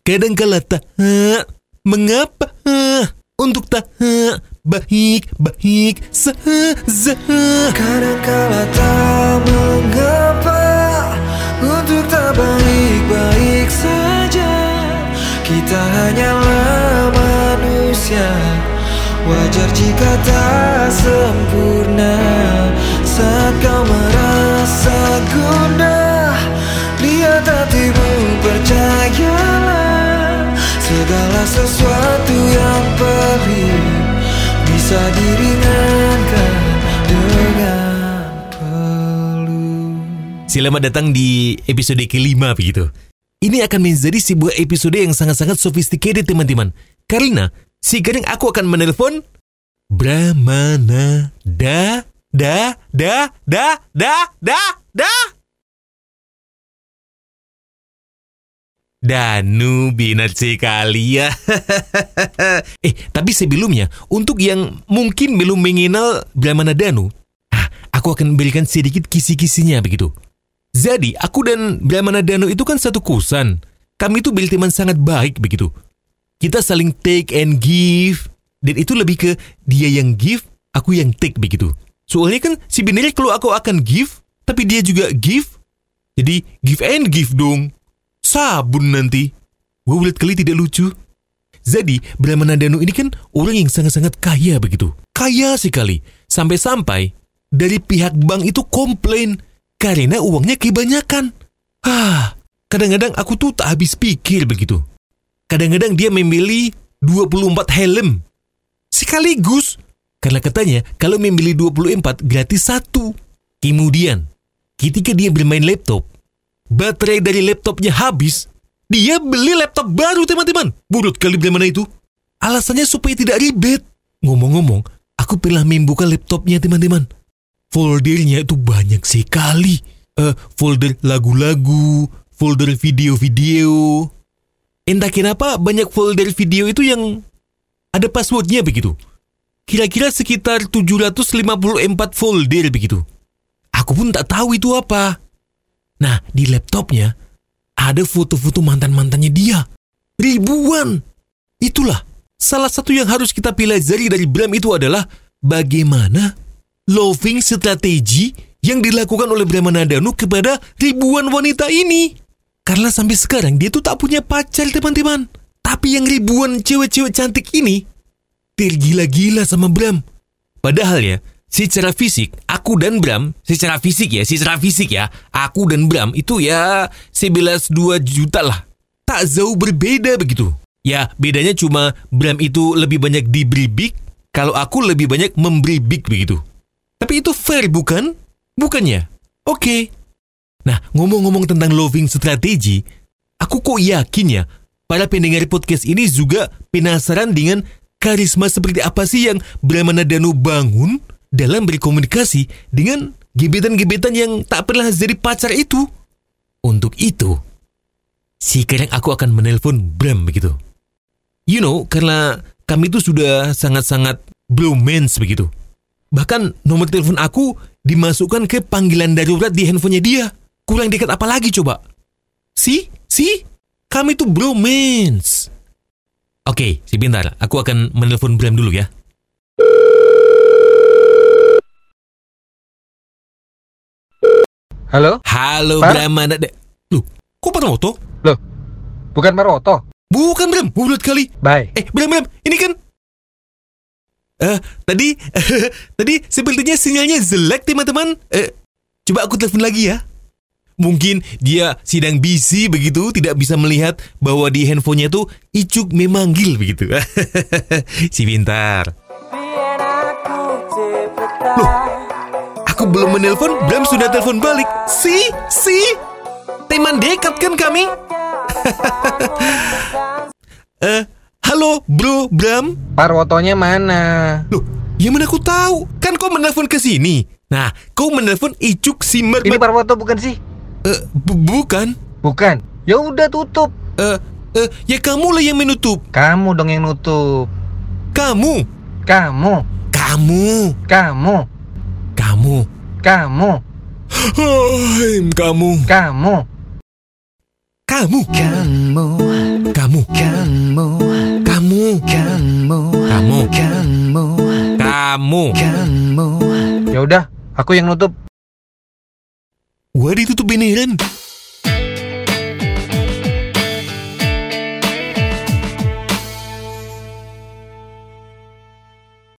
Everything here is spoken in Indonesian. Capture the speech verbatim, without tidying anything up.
kadangkala tak mengapa untuk tak baik-baik saja. Kadangkala tak mengapa untuk tak baik-baik saja. Kita hanyalah manusia, wajar jika tak sempurna. Saat kau merasa gundah, lihat hatimu, percayalah. Segala sesuatu yang pelik bisa diringankan dengan peluk. Selamat datang di episode kelima begitu. Ini akan menjadi sebuah episode yang sangat-sangat sophisticated teman-teman. Karena sekarang aku akan menelpon Brahmana da da da da da da da Danu, binat sekali ya. Eh, tapi sebelumnya, untuk yang mungkin belum mengenal Brahmana Danu, ah, aku akan berikan sedikit kisi-kisinya begitu. Jadi, aku dan Brahmana Danu itu kan satu kosan. Kami itu berteman sangat baik begitu. Kita saling take and give, dan itu lebih ke dia yang give, aku yang take begitu. Soalnya kan sebenarnya kalau aku akan give, tapi dia juga give, jadi give and give dong. Sabun nanti. Wow, lihat kali tidak lucu. Jadi, Brahmana Danu ini kan orang yang sangat-sangat kaya begitu. Kaya sekali. Sampai-sampai dari pihak bank itu komplain karena uangnya kebanyakan. Ah, kadang-kadang aku tuh tak habis pikir begitu. Kadang-kadang dia membeli dua puluh empat helm sekaligus. Karena katanya kalau membeli dua puluh empat gratis satu. Kemudian, ketika dia bermain laptop, baterai dari laptopnya habis, dia beli laptop baru teman-teman. Bodoh kali Brahmana itu. Alasannya supaya tidak ribet. Ngomong-ngomong, aku pernah membuka laptopnya teman-teman. Foldernya itu banyak sekali. Uh, folder lagu-lagu, folder video-video. Entah kenapa banyak folder video itu yang ada passwordnya begitu. Kira-kira sekitar tujuh ratus lima puluh empat folder begitu. Aku pun tak tahu itu apa. Nah, di laptopnya ada foto-foto mantan-mantannya dia. Ribuan. Itulah salah satu yang harus kita pelajari dari Bram itu adalah bagaimana loving strategi yang dilakukan oleh Brahmana Danu kepada ribuan wanita ini. Karena sampai sekarang dia tuh tak punya pacar teman-teman. Tapi yang ribuan cewek-cewek cantik ini tergila-gila sama Bram. Padahal ya, secara fisik, aku dan Bram, secara fisik ya, secara fisik ya, aku dan Bram itu ya sebelas dua juta lah. Tak jauh berbeda begitu. Ya, bedanya cuma Bram itu lebih banyak diberibik, kalau aku lebih banyak memberibik begitu. Tapi itu fair bukan? Bukannya? Oke. Okay. Nah, ngomong-ngomong tentang loving strategi, aku kok yakin ya, para pendengar podcast ini juga penasaran dengan karisma seperti apa sih yang Brahmana Danu bangun dalam berkomunikasi dengan gebetan-gebetan yang tak pernah jadi pacar itu. Untuk itu, sekarang aku akan menelpon Bram begitu. You know, karena kami itu sudah sangat-sangat bromance begitu. Bahkan nomor telepon aku dimasukkan ke panggilan darurat di handphonenya dia. Kurang dekat apa lagi coba? Si? Si? Kami itu bromance. Oke, sebentar. Aku akan menelpon Bram dulu ya. Halo? Halo, Par? Brahmana. Loh, kok Parwoto? Loh, bukan Parwoto? Bukan, Bram. Bulat kali. Bye. Eh, Bram, Bram. Ini kan... Eh, uh, tadi... Uh, tadi sepertinya sinyalnya jelek, teman-teman. Uh, coba aku telepon lagi ya. Mungkin dia sedang busy begitu, tidak bisa melihat bahwa di handphonenya tuh Icuk memanggil begitu. Sebentar. Loh, aku belum menelpon, Bram sudah telepon balik. Si, si, teman dekat kan kami? Eh, uh, halo bro, Bram. Parwotonya mana? Loh, ya mana aku tahu? Kan kau menelpon ke sini. Nah, kau menelpon Icuk si Mer... Ini Parwoto bukan sih? Uh, bu- bukan. Bukan. Ya udah tutup. Eh, uh, uh, ya kamu lah yang menutup. Kamu dong yang nutup. Kamu. Kamu. Kamu. Kamu. Kamu. Kamu. Oh, kamu. Kamu. Kamu. Kamu. Kamu. kamu. Kamu Ya udah, aku yang nutup. Wah, ditutup beneran.